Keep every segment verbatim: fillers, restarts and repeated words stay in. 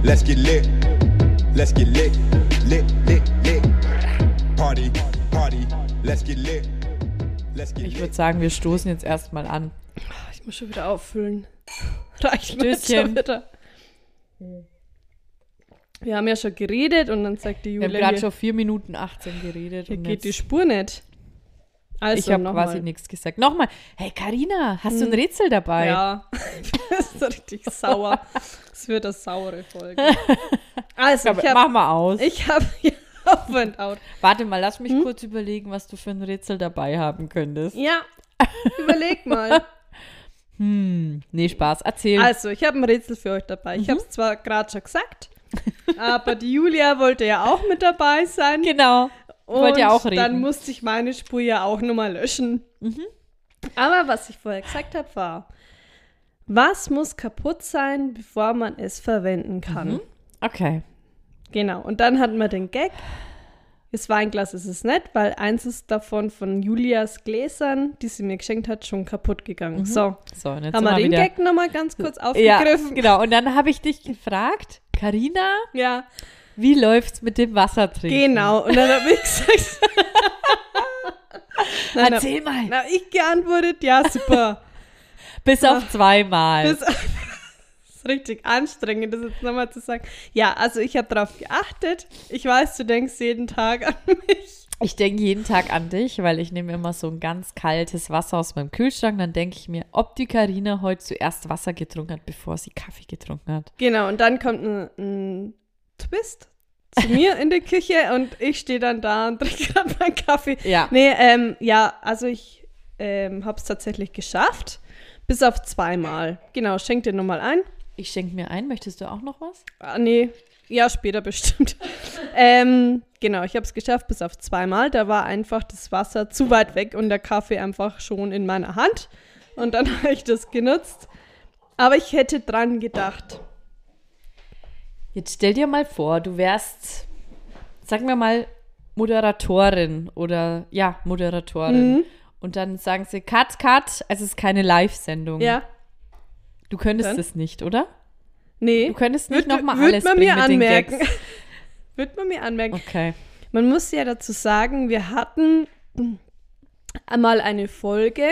let's get lit. Let's get lit, lit, lit, lit. Party, party, let's get lit. Let's get lit. Ich würde sagen, wir stoßen jetzt erstmal an. Ich muss schon wieder auffüllen. Reicht mir jetzt schon wieder. Wir haben ja schon geredet und dann sagt die Julia, wir haben gerade schon vier Minuten achtzehn geredet. Hier und geht die jetzt, Spur nicht. Also ich habe quasi nichts gesagt. Nochmal, hey Carina, hast hm. du ein Rätsel dabei? Ja, das ist so richtig sauer. Das wird eine saure Folge. Also, ich ich hab, mach mal aus. Ich habe ja auf und out. Warte mal, lass mich hm? kurz überlegen, was du für ein Rätsel dabei haben könntest. Ja, überleg mal. hm, nee, Spaß, erzähl. Also, ich habe ein Rätsel für euch dabei. Ich mhm. habe es zwar gerade schon gesagt, aber die Julia wollte ja auch mit dabei sein. Genau. Und wollte ja auch reden. Dann musste ich meine Spur ja auch nochmal löschen. Mhm. Aber was ich vorher gesagt habe, war, was muss kaputt sein, bevor man es verwenden kann? Mhm. Okay. Genau. Und dann hatten wir den Gag. Das Weinglas ist es nicht, weil eins ist davon von Julias Gläsern, die sie mir geschenkt hat, schon kaputt gegangen. Mhm. So, so und jetzt haben wir den wieder... Gag nochmal ganz kurz aufgegriffen. Ja, genau. Und dann habe ich dich gefragt, Carina, ja. wie läuft's mit dem Wassertrinken? Genau. Und dann habe ich gesagt... Nein, Erzähl na, mal. Na, ich geantwortet, ja, super. Bis auf Ach, zweimal. Bis, das ist richtig anstrengend, das jetzt nochmal zu sagen. Ja, also ich habe darauf geachtet. Ich weiß, du denkst jeden Tag an mich. Ich denke jeden Tag an dich, weil ich nehme immer so ein ganz kaltes Wasser aus meinem Kühlschrank. Dann denke ich mir, ob die Carina heute zuerst Wasser getrunken hat, bevor sie Kaffee getrunken hat. Genau, und dann kommt ein, ein Twist zu mir in die Küche und ich stehe dann da und trinke gerade meinen Kaffee. Ja. Nee, ähm, ja, also ich ähm, habe es tatsächlich geschafft, bis auf zweimal. Genau, schenk dir nochmal ein. Ich schenke mir ein. Möchtest du auch noch was? Ah, nee, ja, später bestimmt. ähm, genau, ich habe es geschafft, bis auf zweimal. Da war einfach das Wasser zu weit weg und der Kaffee einfach schon in meiner Hand. Und dann habe ich das genutzt. Aber ich hätte dran gedacht. Jetzt stell dir mal vor, du wärst, sagen wir mal, Moderatorin oder, ja, Moderatorin. Mhm. Und dann sagen sie, cut, cut, es ist keine Live-Sendung. Ja. Du könntest dann? es nicht, oder? Nee. Du könntest nicht nochmal Würd alles man bringen mir mit anmerken. den Gags. Würde man mir anmerken. Okay. Man muss ja dazu sagen, wir hatten einmal eine Folge,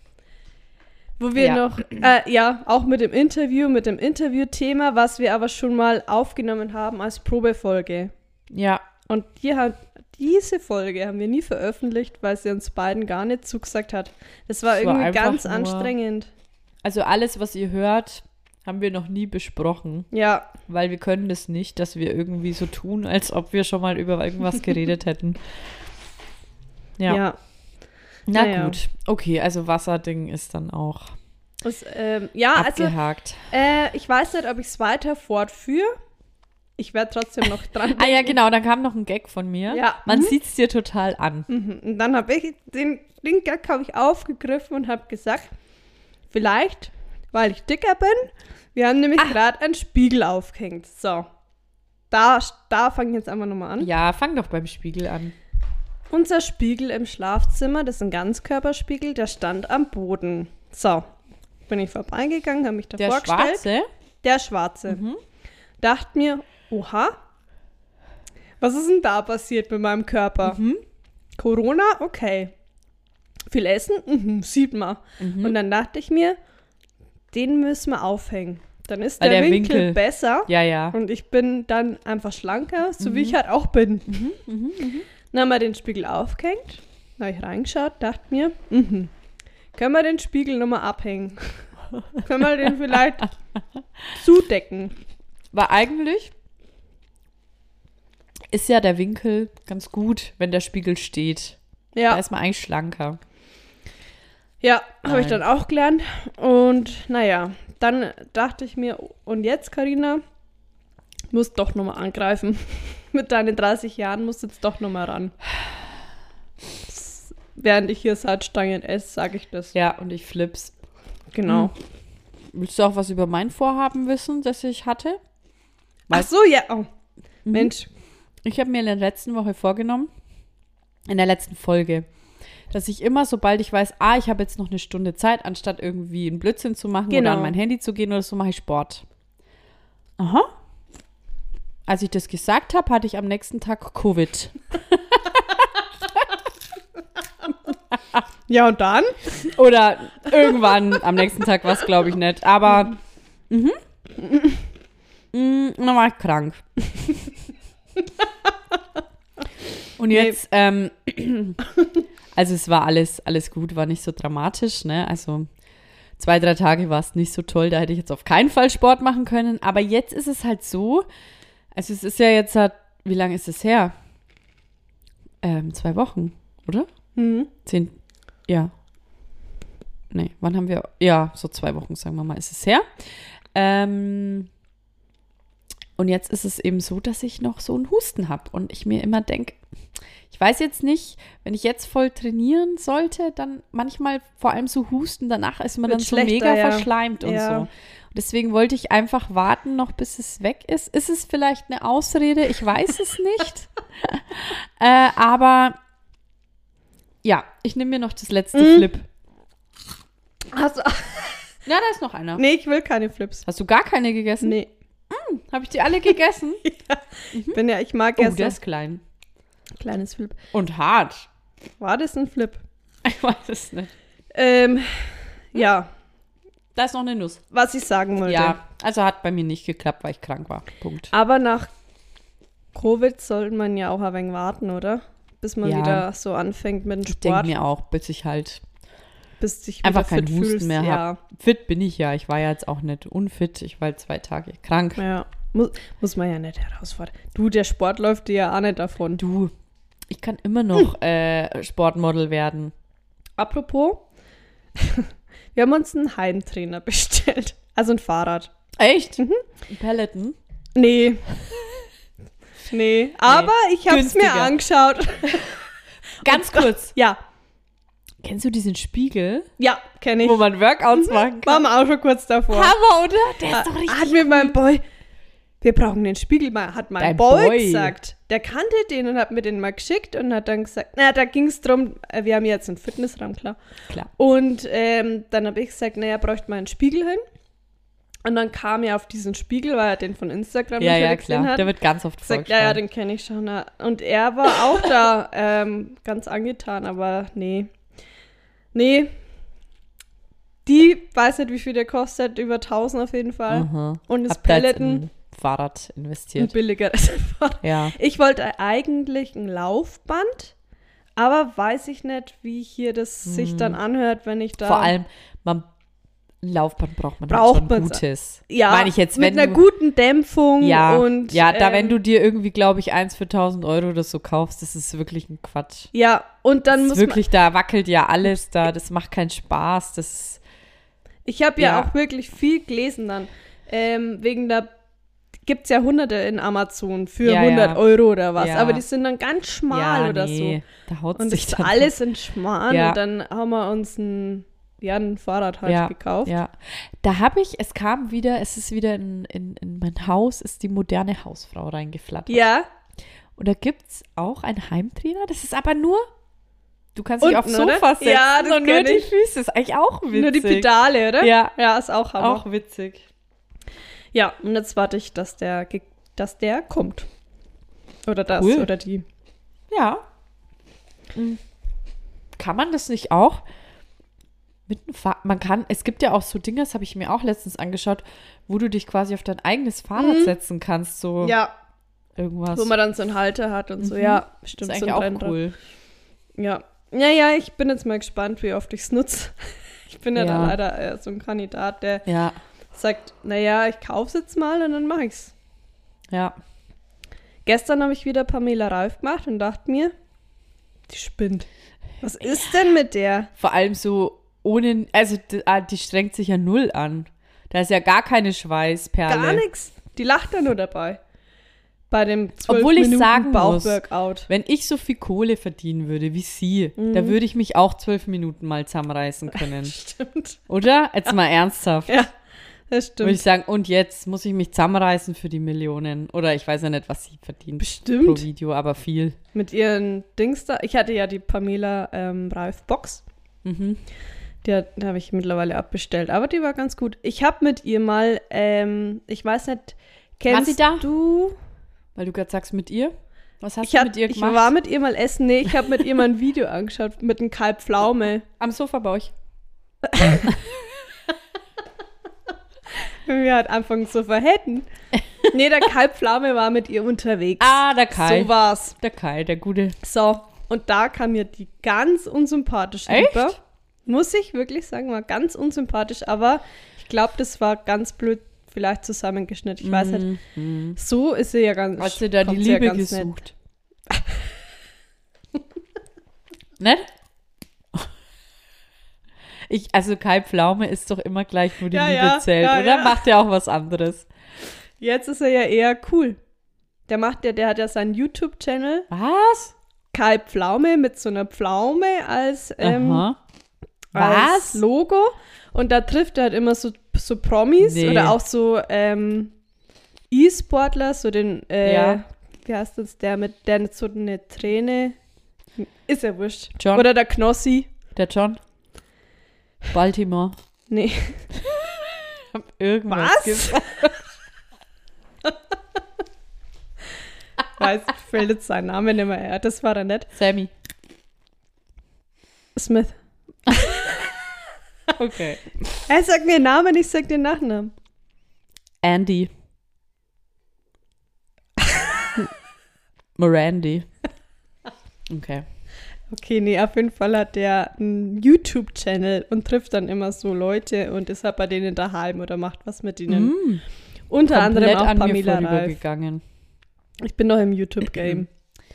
wo wir ja. noch, äh, ja, auch mit dem Interview, mit dem Interviewthema, was wir aber schon mal aufgenommen haben als Probefolge. Ja. Und die hat, diese Folge haben wir nie veröffentlicht, weil sie uns beiden gar nicht zugesagt hat. Das war das irgendwie war ganz anstrengend. Also alles, was ihr hört, haben wir noch nie besprochen. Ja. Weil wir können das nicht, dass wir irgendwie so tun, als ob wir schon mal über irgendwas geredet hätten. Ja. Ja. Na naja. gut. Okay, also Wasserding ist dann auch das, ähm, ja, abgehakt. Also, äh, ich weiß nicht, ob ich es weiter fortführe. Ich werde trotzdem noch dran denken. Ah ja, genau, dann kam noch ein Gag von mir. Ja. Man mhm. sieht es dir total an. Mhm. Und dann habe ich den, den Gag habe ich aufgegriffen und habe gesagt, vielleicht, weil ich dicker bin, wir haben nämlich gerade einen Spiegel aufgehängt. So, da, da fange ich jetzt einfach nochmal an. Ja, fang doch beim Spiegel an. Unser Spiegel im Schlafzimmer, das ist ein Ganzkörperspiegel, der stand am Boden. So, bin ich vorbeigegangen, habe mich da der vorgestellt. Der schwarze? Der schwarze. Mhm. Dachte mir, oha, was ist denn da passiert mit meinem Körper? Mhm. Corona, okay. Viel Essen, mhm, sieht man. Mhm. Und dann dachte ich mir, den müssen wir aufhängen. Dann ist der, der Winkel, Winkel besser. Ja, ja. Und ich bin dann einfach schlanker, so mhm. wie ich halt auch bin. Mhm, mhm, mhm. Dann haben wir den Spiegel aufgehängt. Da habe ich reingeschaut, dachte mir, mhm, können wir den Spiegel nochmal abhängen? Können wir den vielleicht zudecken? Weil eigentlich ist ja der Winkel ganz gut, wenn der Spiegel steht. Ja. Da ist man eigentlich schlanker. Ja, habe ich dann auch gelernt. Und naja, dann dachte ich mir, und jetzt, Carina, musst doch nochmal angreifen. Mit deinen dreißig Jahren musst du jetzt doch nochmal ran. Während ich hier Salzstangen esse, sage ich das. Ja, und ich flips. Genau. Hm. Willst du auch was über mein Vorhaben wissen, das ich hatte? Ach so, ja. Oh. Mhm. Mensch. Ich habe mir in der letzten Woche vorgenommen, in der letzten Folge, dass ich immer, sobald ich weiß, ah, ich habe jetzt noch eine Stunde Zeit, anstatt irgendwie einen Blödsinn zu machen genau. oder an mein Handy zu gehen oder so, mache ich Sport. Aha. als ich das gesagt habe, hatte ich am nächsten Tag Covid. Ja, und dann? Oder irgendwann am nächsten Tag war es, glaube ich, nicht. Aber, mhm. Mhm, dann war ich krank. Und jetzt, ähm, also es war alles, alles gut, war nicht so dramatisch, ne? Also zwei, drei Tage war es nicht so toll, da hätte ich jetzt auf keinen Fall Sport machen können. Aber jetzt ist es halt so, also es ist ja jetzt halt, wie lange ist es her? Ähm, zwei Wochen, oder? Mhm. Zehn, ja. Nee, wann haben wir, ja, so zwei Wochen, sagen wir mal, ist es her. Ähm, und jetzt ist es eben so, dass ich noch so einen Husten habe und ich mir immer denke, ich weiß jetzt nicht, wenn ich jetzt voll trainieren sollte, dann manchmal vor allem so Husten, danach ist man Wird dann so schlechter, mega ja. verschleimt und Ja. so. Und deswegen wollte ich einfach warten, noch bis es weg ist. Ist es vielleicht eine Ausrede? Ich weiß es nicht. äh, aber ja, ich nehme mir noch das letzte Mhm. Flip. Hast du, Ja, da ist noch einer. nee, ich will keine Flips. Hast du gar keine gegessen? Nee. Habe ich die alle gegessen? Ich bin ja, ich mag Oh, ja der so ist klein. kleines Flip. Und hart. War das ein Flip? Ich weiß es nicht. Ähm, ja, Da ist noch eine Nuss. was ich sagen wollte. Ja, also hat bei mir nicht geklappt, weil ich krank war. Punkt. Aber nach Covid sollte man ja auch ein wenig warten, oder? Bis man Ja. wieder so anfängt mit dem Ich denke Sport, mir auch, bis ich halt bis dich wieder einfach keinen fit Husten fühlst. mehr ja. habe. Fit bin ich ja. Ich war ja jetzt auch nicht unfit. Ich war zwei Tage krank. Ja, muss, muss man ja nicht herausfordern. Du, der Sport läuft dir ja auch nicht davon. Du, ich kann immer noch äh, Sportmodel werden. Apropos, wir haben uns einen Heimtrainer bestellt. Also ein Fahrrad. Echt? Mhm. Peloton? Nee. Nee, aber ich habe es mir günstiger. angeschaut. Ganz kurz. Ja, Kennst du diesen Spiegel, ja, kenne ich. wo man Workouts machen kann? Waren wir auch schon kurz davor. Hammer, oder? Der ist doch richtig Hat mir mein Boy, wir brauchen den Spiegel mal, hat mein Dein Boy, Boy. gesagt. Der kannte den und hat mir den mal geschickt und hat dann gesagt, na, da ging es drum, äh, wir haben jetzt einen Fitnessraum, klar. klar. Und ähm, dann habe ich gesagt, naja, bräuchte mal einen Spiegel hin. Und dann kam er auf diesen Spiegel, weil er den von Instagram Ja, natürlich ja, gesehen klar. hat. Der wird ganz oft gesagt, ja, ja, vorgeschlagen. den kenne ich schon. Ja. Und er war auch da ähm, ganz angetan, aber nee. Nee. Die, weiß nicht, wie viel der kostet, über tausend auf jeden Fall. Aha. Und das Hab da jetzt Peloton, in Fahrrad ein investiert. billigeres. Ja. Ich wollte eigentlich ein Laufband, aber weiß ich nicht, wie hier das sich dann anhört, wenn ich da... Vor allem, man, ein Laufband braucht man Braucht halt schon man's. Gutes. ja, meine ich jetzt, mit wenn einer du, guten Dämpfung ja, und... ja, da ähm, wenn du dir irgendwie, glaube ich, eins für tausend Euro oder so kaufst, das ist wirklich ein Quatsch. Ja, und dann Das muss ist wirklich, da wackelt ja alles da, das macht keinen Spaß, das ist, man... Ich habe ja. Ja. auch wirklich viel gelesen dann, ähm, wegen der... Gibt es ja hunderte in Amazon für Ja, hundert ja. Euro oder was, Ja. aber die sind dann ganz schmal ja, oder nee, so. da haut Und das sich ist dann alles in schmal Ja. und dann haben wir uns ein, ja, ein Fahrrad halt ja, gekauft. Ja, da habe ich, es kam wieder, es ist wieder in, in, in mein Haus, ist die moderne Hausfrau reingeflattert. Ja, Und da gibt es auch einen Heimtrainer, das ist aber nur, du kannst dich Unten, aufs Sofa oder? setzen Ja, das und nur kenn die ich. Füße, ist eigentlich auch witzig. nur die Pedale, oder? Ja, Ja, ist auch Hammer. auch witzig. Ja, und jetzt warte ich, dass der, ge- dass der kommt. Oder das, Cool. oder die. Ja. Mhm. Kann man das nicht auch mit dem Fahrrad? Man kann, es gibt ja auch so Dinge, das habe ich mir auch letztens angeschaut, wo du dich quasi auf dein eigenes Fahrrad Mhm. setzen kannst, so Ja, irgendwas. wo man dann so einen Halter hat und so. Mhm. Ja, Das stimmt. ist so eigentlich ein auch Rennrad. cool. Ja. Ja, ja, ich bin jetzt mal gespannt, wie oft ich es nutze. Ich bin ja, Ja. da leider äh, so ein Kandidat, der Ja, sagt, naja, ich kaufe es jetzt mal und dann mache ich's. ja. Gestern habe ich wieder Pamela Reif gemacht und dachte mir, die spinnt. Was ist denn mit der? Vor allem so ohne, also die, ah, die strengt sich ja null an. Da ist ja gar keine Schweißperle. Gar nichts. Die lacht da nur dabei. Bei dem zwölf Obwohl ich Minuten sagen muss, Bauchworkout. Wenn ich so viel Kohle verdienen würde wie sie, Mhm. da würde ich mich auch zwölf Minuten mal zusammenreißen können. Stimmt. Oder? Jetzt mal ernsthaft. Ja, das Würde ich stimmt. sagen, und jetzt muss ich mich zusammenreißen für die Millionen. Oder ich weiß ja nicht, was sie verdient Bestimmt. pro Video, aber viel. Mit ihren Dings da. Ich hatte ja die Pamela ähm, Reif Box. Mhm. Die, hat- die habe ich mittlerweile abbestellt. Aber die war ganz gut. Ich habe mit ihr mal, ähm, ich weiß nicht, kennst sie da? du Weil du gerade sagst, mit ihr? Was hast Ich, du hab, mit ihr ich gemacht? war mit ihr mal essen. Nee, ich habe mit ihr mal ein Video angeschaut mit einem Kalb Pflaume. Am Sofa bei euch. Wenn wir halt anfangen zu verhätten. Nee, der Kalb Pflaume war mit ihr unterwegs. Ah, der Kai. So war's. Der Kai, der Gute. So, und da kam mir die ganz unsympathisch Echt? rüber. Muss ich wirklich sagen, war ganz unsympathisch, aber ich glaube, das war ganz blöd vielleicht zusammengeschnitten. Ich weiß nicht. Mhm. So ist sie ja ganz Hast du da die kommt sie ja Liebe ganz nett. gesucht? Nicht? Ich, also Kai Pflaume ist doch immer gleich, wo die Ja, Liebe ja, zählt, ja, oder? ja. Macht er auch was anderes? Jetzt ist er ja eher cool. Der macht ja, der hat ja seinen YouTube-Channel, Was? Kai Pflaume mit so einer Pflaume als, ähm, Aha. als Was? Logo. Und da trifft er halt immer so, so Promis Nee. oder auch so ähm, E-Sportler, so den, äh, Ja. wie heißt das, der mit, der nicht so eine Träne, ist ja wurscht. John. Oder der Knossi. Der John? Baltimore. Nee. Hab irgendwas Was? gesagt. Weiß, fällt jetzt sein Name nicht mehr her. Das war er nicht. Sammy. Smith. Okay. Er sagt mir den Namen, ich sag den Nachnamen. Andy. Morandy. Okay. Okay, nee, auf jeden Fall hat der einen YouTube-Channel und trifft dann immer so Leute und ist halt bei denen daheim oder macht was mit ihnen. Mm, Unter anderem komplett auch an mir Pamela Reif. vorübergegangen. Ich bin noch im YouTube-Game.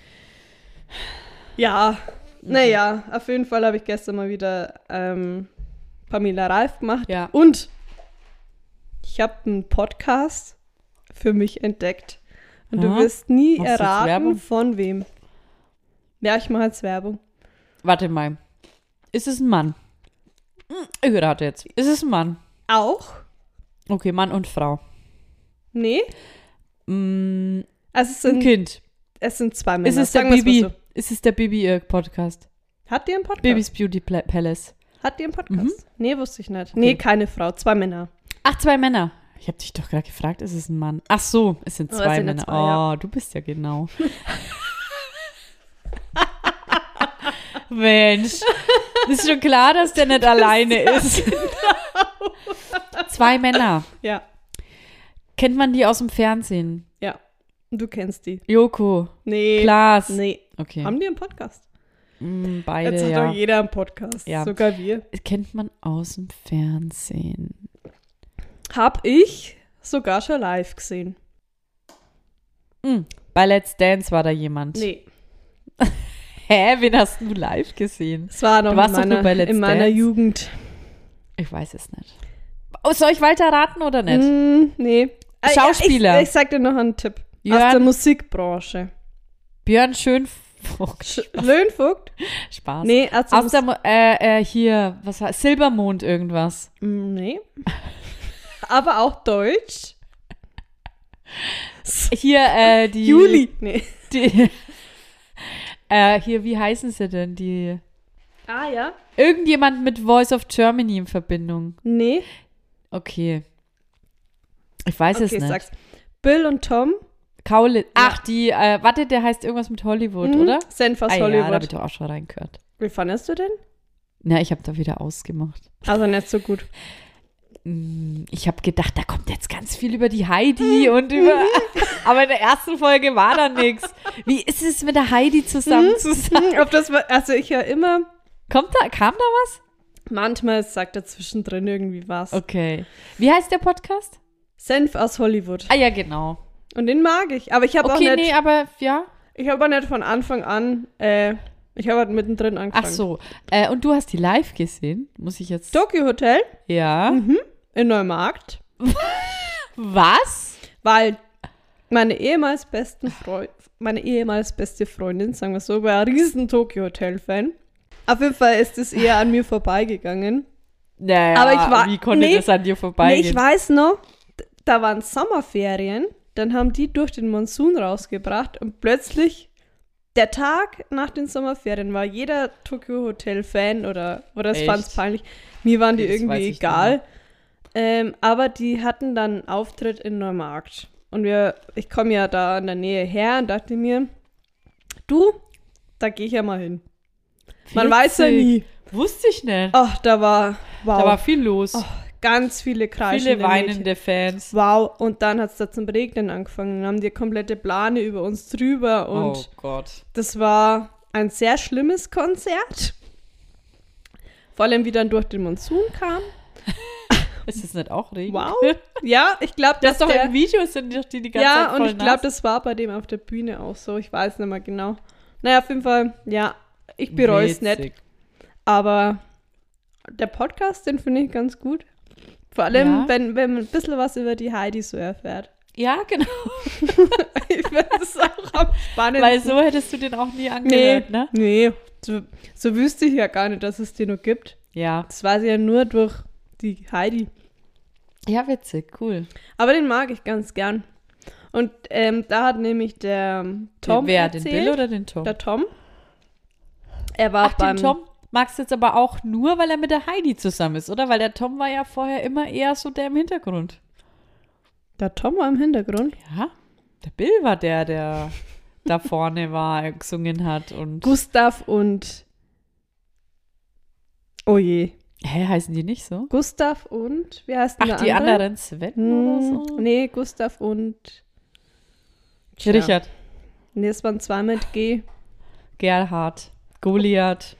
Ja, naja, auf jeden Fall habe ich gestern mal wieder ähm, Pamela Reif gemacht. Ja. Und ich habe einen Podcast für mich entdeckt. Und Aha. du wirst nie Machst du jetzt erraten, Werbung? von wem. Ja, ich mache jetzt Werbung. Warte mal. Ist es ein Mann? Hm, Ich rate jetzt. Ist es ein Mann? Auch? Okay, Mann und Frau. Nee? Mm, Also es ein sind, Kind. es sind zwei Männer. Ist es der sagen wir's mal Bibi? so. Ist es der Bibi-Podcast? Hat die einen Podcast? Bibis Beauty Pla- Palace. Hat die einen Podcast? Mhm. Nee, wusste ich nicht. Nee, keine Frau, zwei Männer. Ach, zwei Männer. Ich habe dich doch gerade gefragt, ist es ein Mann? Ach so, es sind Oh, zwei es sind ja Männer. zwei, ja. Oh, du bist ja genau. Mensch, ist schon klar, dass der nicht alleine ist. Zwei Männer. Ja, Kennt man die aus dem Fernsehen? ja. Und du kennst die. Joko, Nee. Klaas. Nee. Okay. Haben die einen Podcast? Mm, beide, Jetzt hat ja. doch jeder einen Podcast. Ja. Sogar wir. Kennt man aus dem Fernsehen. Hab ich sogar schon live gesehen. Mm, bei Let's Dance war da jemand. Nee. Hä, wen hast du live gesehen? Es war noch Du warst in doch nur meiner, bei Let's in meiner Dance. Jugend. Ich weiß es nicht. Oh, soll ich weiter raten oder nicht? Mm, nee. Ah, Schauspieler. Ja, ich, ich sag dir noch einen Tipp. Jörn- Aus der Musikbranche. Björn Schönvogt. Sch- Löhnvogt? Spaß. Nee, aus der Aus der, Mo- äh, äh, hier, was war, Silbermond irgendwas. Mm, Nee. Aber auch Deutsch. Hier, äh, die. Juli. Nee. Die, äh, hier, wie heißen sie denn? Die. Ah, ja? Irgendjemand mit Voice of Germany in Verbindung. Nee. Okay. Ich weiß es Okay, nicht. sag's. Bill und Tom. Kaulitz. Ach, die, äh, warte, der heißt irgendwas mit Hollywood, Mhm. oder? Senf aus ah, ja, da habe Hollywood. ich doch auch schon reingehört. Wie fandest du denn? Na, ich habe da wieder ausgemacht. Also nicht so gut. Mm, Ich habe gedacht, da kommt jetzt ganz viel über die Heidi und über. Aber in der ersten Folge war da nichts. Wie ist es mit der Heidi zusammen zu sein? Hm, ob das war, also ich höre immer, Kommt da, kam da was? manchmal sagt er zwischendrin irgendwie was. Okay. Wie heißt der Podcast? Senf aus Hollywood. Ah ja, genau. Und den mag ich. Aber ich habe Okay, auch nee, nicht, aber ja. ich habe auch nicht von Anfang an, äh, ich habe halt mittendrin angefangen. Ach so. Äh, und du hast die live gesehen? Muss ich jetzt. Tokyo Hotel Ja. in Neumarkt, Was? weil meine ehemals besten Freund, meine ehemals beste Freundin, sagen wir so, war ein riesen Tokyo Hotel Fan. Auf jeden Fall ist es eher an mir vorbeigegangen. Naja, Aber ich war- wie konnte nee, das an dir Nee, vorbeigehen? ich weiß noch, d- da waren Sommerferien, dann haben die durch den Monsun rausgebracht und plötzlich der Tag nach den Sommerferien war jeder Tokyo Hotel Fan oder, oder es Echt? fand es peinlich. Mir waren die Okay, das weiß irgendwie ich egal. Ähm, aber die hatten dann einen Auftritt in Neumarkt. Und wir, ich komme ja da in der Nähe her und dachte mir, du, da gehe ich ja mal hin. Man Witzig. weiß ja nie. Wusste ich nicht. Ach, da war, wow. Da war viel los. Oh, ganz viele kreischende Viele weinende Mädchen. Fans. Wow, und dann hat es da zum Regnen angefangen. Dann haben die komplette Plane über uns drüber und Oh Gott. das war ein sehr schlimmes Konzert. Vor allem, wie dann durch den Monsun kam. Ist das nicht auch Regen? Wow. Ja, ich glaube, Das dass ist doch der, im Video, sind doch die die ganze ja, Zeit voll und ich glaube, nass. das war bei dem auf der Bühne auch so. Ich weiß nicht mehr genau. Naja, auf jeden Fall, ja, ich bereue es nicht. Witzig. Aber der Podcast, den finde ich ganz gut. Vor allem, Ja. wenn, wenn man ein bisschen was über die Heidi so erfährt. Ja, genau. Ich finde das auch am spannendsten. Weil so hättest du den auch nie angehört, nee, ne? nee, so, so wüsste ich ja gar nicht, dass es den noch gibt. Ja. Das weiß ich ja nur durch die Heidi. Ja, witzig, cool. Aber den mag ich ganz gern. Und ähm, da hat nämlich der Tom Wer, erzählt, den Bill oder den Tom? der Tom, er war Ach, beim den Tom magst du jetzt aber auch nur, weil er mit der Heidi zusammen ist, oder? Weil der Tom war ja vorher immer eher so der im Hintergrund. Der Tom war im Hintergrund. Ja, der Bill war der, der da vorne war, gesungen hat und... Gustav und oh je. Hä, heißen die nicht so? Gustav und wie heißt denn Ach, der die andere? anderen Sven Hm, oder so? Nee, Gustav und Tja. Richard, Nee, es waren zwei mit G. Gerhard, Goliath.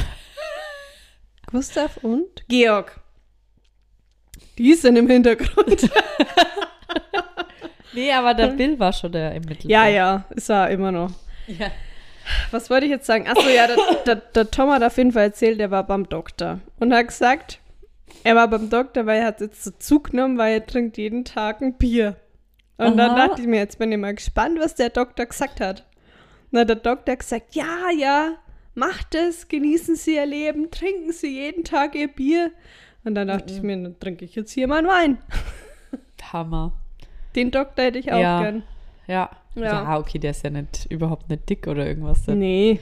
Gustav und Georg. Die sind im Hintergrund. Nee, aber der Bill war schon der im Mittelpunkt. Ja, ja, ist er immer noch. Ja. Was wollte ich jetzt sagen? Achso, ja, der, der, der Tom hat auf jeden Fall erzählt, er war beim Doktor. Und hat gesagt, er war beim Doktor, weil er hat jetzt so zugenommen, weil er trinkt jeden Tag ein Bier. Und dann Aha. dachte ich mir, jetzt bin ich mal gespannt, was der Doktor gesagt hat. Und dann hat der Doktor gesagt, ja, ja, macht es, genießen Sie Ihr Leben, trinken Sie jeden Tag Ihr Bier. Und dann dachte ich mir, dann trinke ich jetzt hier mal einen Wein. Hammer. Den Doktor hätte ich auch Ja. gern. Ja. Ja. ja. okay, der ist ja nicht überhaupt nicht dick oder irgendwas. Nee.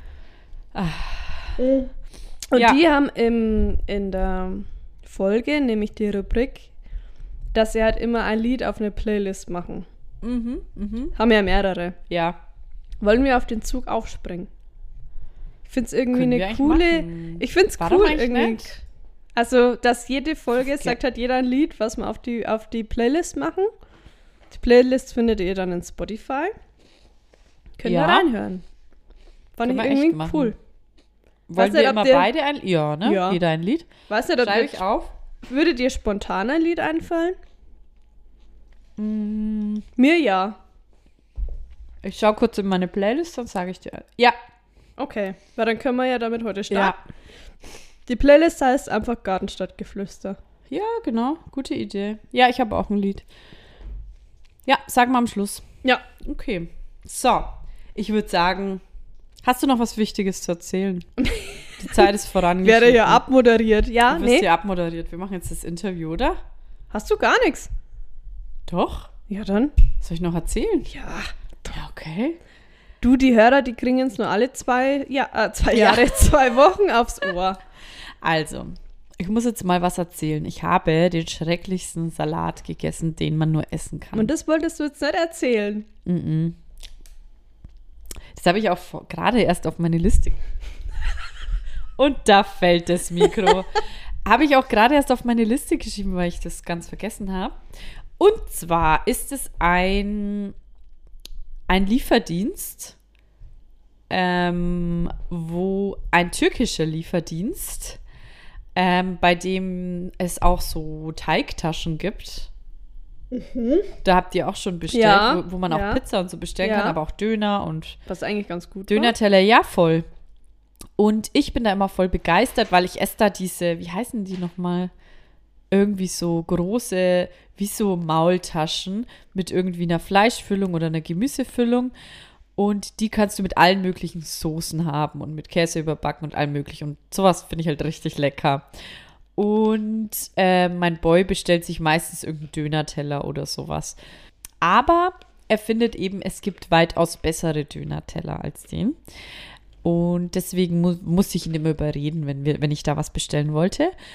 Und Ja. die haben im, in der Folge, nämlich die Rubrik, dass sie halt immer ein Lied auf eine Playlist machen. Mhm, mhm. Haben ja mehrere. Ja. Wollen wir auf den Zug aufspringen? Ich finde es irgendwie Können wir eine eigentlich coole. machen. Ich finde es Warum cool eigentlich irgendwie. nicht? Also, dass jede Folge sagt halt jeder ein Lied, was wir auf die, auf die Playlist machen. Die Playlist findet ihr dann in Spotify. Könnt ihr Ja. reinhören. Fand Können ich wir echt irgendwie machen. cool. Wollen Weiß wir nicht, ob immer der- beide ein Ja, ne? Ja. Jeder ein Lied. Weißt du, Schreibe ich auf. würde dir spontan ein Lied einfallen? Mm, Mir ja. Ich schaue kurz in meine Playlist, dann sage ich dir. Ja. Okay, weil dann können wir ja damit heute Ja. starten. Die Playlist heißt einfach Gartenstadtgeflüster. Ja, genau. Gute Idee. Ja, ich habe auch ein Lied. Ja, sag mal am Schluss. Ja. Okay. So. Ich würde sagen, hast du noch was Wichtiges zu erzählen? Die Zeit ist vorangeschritten. Wäre ja abmoderiert. Ja, Du wirst nee. ja abmoderiert. Wir machen jetzt das Interview, oder? Hast du gar nichts? Doch. Ja, dann. Soll ich noch erzählen? Ja. Ja, okay. Du, die Hörer, die kriegen uns nur alle zwei, ja, äh, zwei Ja. Jahre, zwei Wochen aufs Ohr. Also, ich muss jetzt mal was erzählen. Ich habe den schrecklichsten Salat gegessen, den man nur essen kann. Und das wolltest du jetzt nicht erzählen. Mm-mm. Das habe ich auch vor- gerade erst auf meine Liste. Und da fällt das Mikro. Habe ich auch gerade erst auf meine Liste geschrieben, weil ich das ganz vergessen habe. Und zwar ist es ein, ein Lieferdienst, ähm, wo ein türkischer Lieferdienst, ähm, bei dem es auch so Teigtaschen gibt. Da habt ihr auch schon bestellt, Ja, wo, wo man ja. auch Pizza und so bestellen Ja. kann, aber auch Döner und Was eigentlich ganz gut war. Dönerteller, ja, voll. Und ich bin da immer voll begeistert, weil ich esse da diese, wie heißen die nochmal? Irgendwie so große, wie so Maultaschen mit irgendwie einer Fleischfüllung oder einer Gemüsefüllung. Und die kannst du mit allen möglichen Soßen haben und mit Käse überbacken und allem möglichen. Und sowas finde ich halt richtig lecker. Und äh, mein Boy bestellt sich meistens irgendeinen Dönerteller oder sowas. Aber er findet eben, es gibt weitaus bessere Dönerteller als den. Und deswegen mu- musste ich ihn immer überreden, wenn, wir, wenn ich da was bestellen wollte.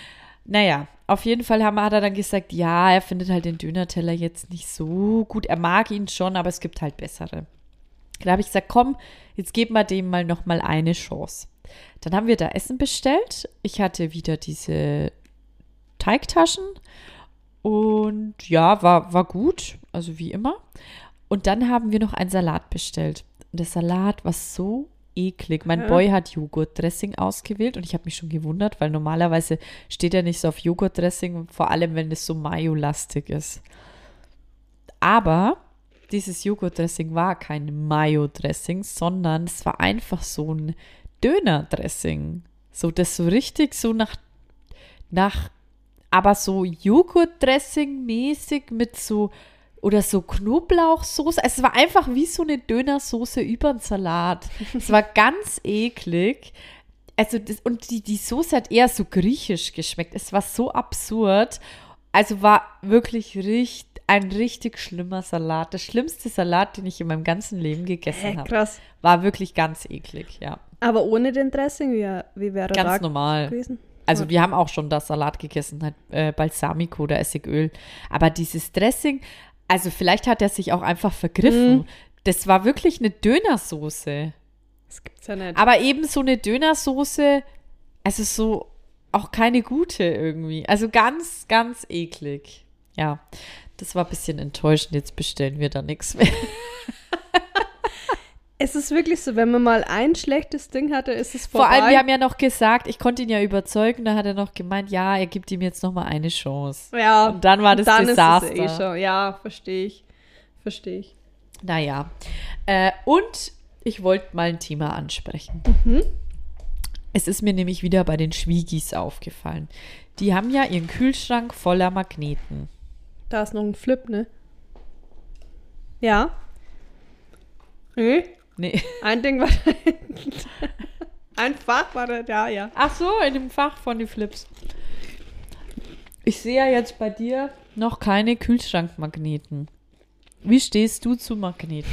Naja, auf jeden Fall haben, hat er dann gesagt, ja, er findet halt den Döner-Teller jetzt nicht so gut. Er mag ihn schon, aber es gibt halt bessere. Da habe ich gesagt, komm, jetzt geben wir dem mal noch mal eine Chance. Dann haben wir da Essen bestellt. Ich hatte wieder diese Teigtaschen und ja, war, war gut, also wie immer. Und dann haben wir noch einen Salat bestellt. Und der Salat war so eklig. Mein Ja. Boy hat Joghurtdressing ausgewählt und ich habe mich schon gewundert, weil normalerweise steht er nicht so auf Joghurtdressing, vor allem wenn es so Mayo-lastig ist. Aber dieses Joghurtdressing war kein Mayo-Dressing, sondern es war einfach so ein Döner-Dressing. So, das so richtig so nach, nach aber so Joghurtdressing-mäßig mit so, oder so Knoblauchsoße. Es war einfach wie so eine Dönersoße über einen Salat. Es war ganz eklig. Also das, und die, die Soße hat eher so griechisch geschmeckt. Es war so absurd. Also war wirklich richtig, ein richtig schlimmer Salat. Der schlimmste Salat, den ich in meinem ganzen Leben gegessen Hä, habe. krass. War wirklich ganz eklig, ja. Aber ohne den Dressing, wie, wie wäre Ganz da normal. gewesen? Also wir haben auch schon das Salat gegessen, halt äh, Balsamico oder Essigöl. Aber dieses Dressing, also vielleicht hat er sich auch einfach vergriffen. Mhm. Das war wirklich eine Dönersoße. Das gibt's ja nicht. Aber eben so eine Dönersoße, also so auch keine gute irgendwie. Also ganz, ganz eklig. Ja, das war ein bisschen enttäuschend. Jetzt bestellen wir da nichts mehr. Es ist wirklich so, wenn man mal ein schlechtes Ding hatte, ist es Vor vorbei. allem, wir haben ja noch gesagt, ich konnte ihn ja überzeugen, da hat er noch gemeint, ja, er gibt ihm jetzt noch mal eine Chance. Ja, Und dann war das dann Desaster. Ist es eh schon. Ja, verstehe ich. Verstehe ich. Naja. Äh, und ich wollte mal ein Thema ansprechen. Mhm. Es ist mir nämlich wieder bei den Schwiegis aufgefallen. Die haben ja ihren Kühlschrank voller Magneten. Da ist noch ein Flip, ne? Ja. Nee, Nee. ein Ding war da hinten. Ein Fach war da, ja, ja. Ach so, in dem Fach von den Flips. Ich sehe ja jetzt bei dir noch keine Kühlschrankmagneten. Wie stehst du zu Magneten?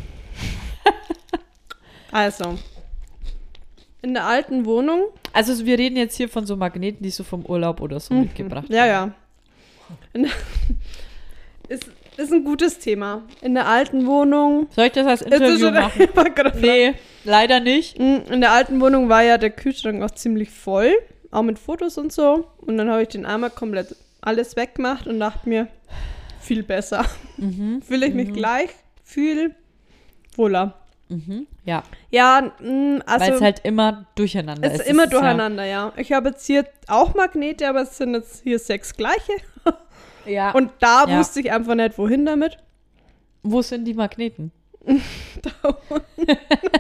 Also, in der alten Wohnung. Also wir reden jetzt hier von so Magneten, die so vom Urlaub oder so mitgebracht Ja, werden. ja. In der, ist, ist ein gutes Thema. In der alten Wohnung. Soll ich das als Jetzt ist Interview schon- machen? Ich wollte gerade fragen. Nee, leider nicht. In der alten Wohnung war ja der Kühlschrank auch ziemlich voll, auch mit Fotos und so. Und dann habe ich den einmal komplett alles weggemacht und dachte mir, viel besser. Mhm. Fühle ich mich gleich viel wohler. Mhm. Ja, Ja, mh, weil es also halt immer durcheinander es ist. ist immer Es durcheinander, ja. Ich habe jetzt hier auch Magnete, aber es sind jetzt hier sechs gleiche. Ja, ja. Und da Ja. wusste ich einfach nicht, wohin damit. Wo sind die Magneten? Da unten.